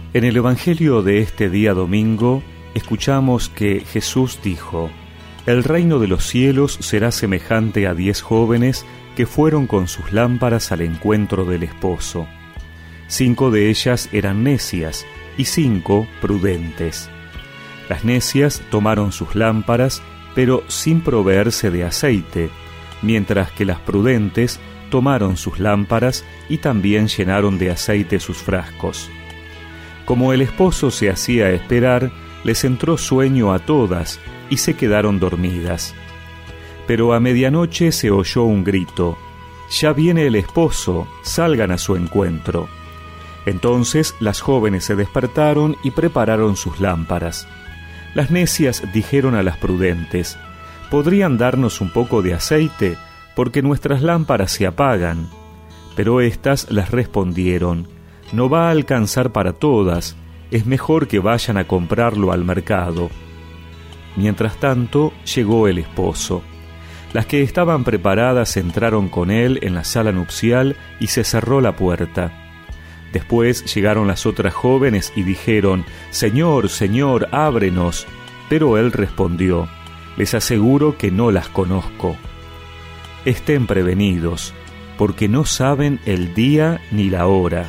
En el Evangelio de este día domingo, escuchamos que Jesús dijo: «El reino de los cielos será semejante a 10 jóvenes que fueron con sus lámparas al encuentro del esposo. 5 de ellas eran necias y 5 prudentes. Las necias tomaron sus lámparas, pero sin proveerse de aceite, mientras que las prudentes tomaron sus lámparas y también llenaron de aceite sus frascos. Como el esposo se hacía esperar, les entró sueño a todas y se quedaron dormidas. Pero a medianoche se oyó un grito: «Ya viene el esposo, salgan a su encuentro». Entonces las jóvenes se despertaron y prepararon sus lámparas. Las necias dijeron a las prudentes: «¿Podrían darnos un poco de aceite? Porque nuestras lámparas se apagan». Pero éstas les respondieron: «No va a alcanzar para todas, es mejor que vayan a comprarlo al mercado». Mientras tanto, llegó el esposo. Las que estaban preparadas entraron con él en la sala nupcial y se cerró la puerta. Después llegaron las otras jóvenes y dijeron: «Señor, Señor, ábrenos». Pero él respondió: «Les aseguro que no las conozco. Estén prevenidos, porque no saben el día ni la hora».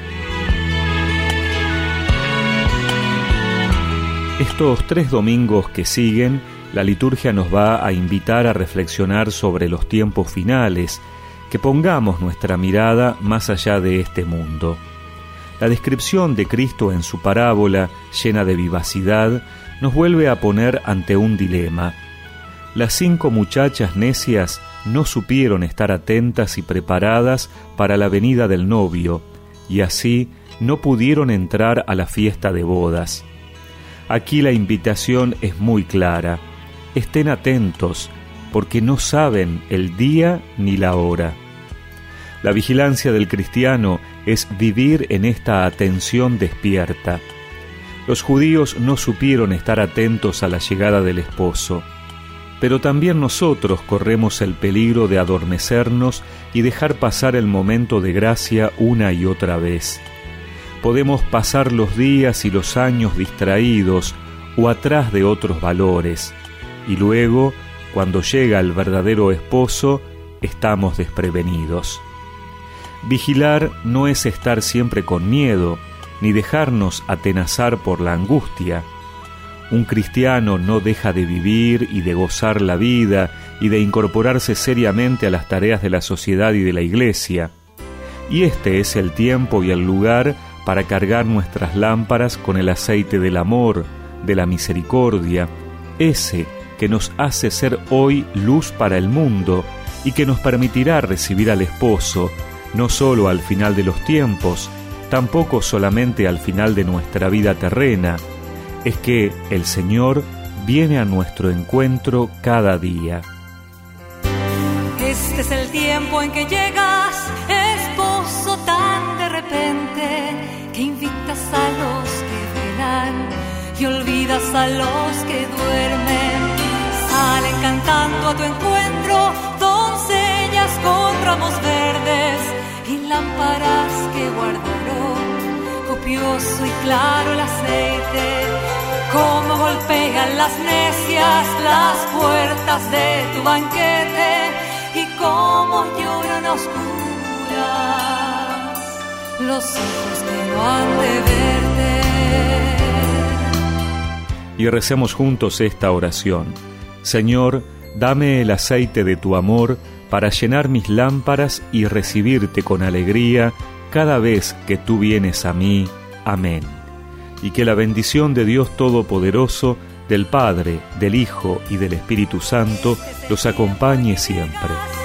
Estos 3 domingos que siguen, la liturgia nos va a invitar a reflexionar sobre los tiempos finales, que pongamos nuestra mirada más allá de este mundo. La descripción de Cristo en su parábola, llena de vivacidad, nos vuelve a poner ante un dilema. Las 5 muchachas necias no supieron estar atentas y preparadas para la venida del novio, y así no pudieron entrar a la fiesta de bodas. Aquí la invitación es muy clara: estén atentos, porque no saben el día ni la hora. La vigilancia del cristiano es vivir en esta atención despierta. Los judíos no supieron estar atentos a la llegada del esposo, pero también nosotros corremos el peligro de adormecernos y dejar pasar el momento de gracia una y otra vez. Podemos pasar los días y los años distraídos o atrás de otros valores, y luego, cuando llega el verdadero esposo, estamos desprevenidos. Vigilar no es estar siempre con miedo, ni dejarnos atenazar por la angustia. Un cristiano no deja de vivir y de gozar la vida y de incorporarse seriamente a las tareas de la sociedad y de la iglesia. Y este es el tiempo y el lugar para cargar nuestras lámparas con el aceite del amor, de la misericordia, ese que nos hace ser hoy luz para el mundo y que nos permitirá recibir al esposo, no solo al final de los tiempos, tampoco solamente al final de nuestra vida terrena. Es que el Señor viene a nuestro encuentro cada día. Este es el tiempo en que llegas, esposo, tan de repente, que invitas a los que velan y olvidas a los que duermen. Salen cantando a tu encuentro doncellas con ramos verdes y lámparas que guardaron copioso y claro el aceite. Cómo golpean las necias las puertas de tu banquete y cómo lloran a oscuras los ojos que no han de verte. Y recemos juntos esta oración. Señor, dame el aceite de tu amor para llenar mis lámparas y recibirte con alegría cada vez que tú vienes a mí. Amén. Y que la bendición de Dios Todopoderoso, del Padre, del Hijo y del Espíritu Santo los acompañe siempre.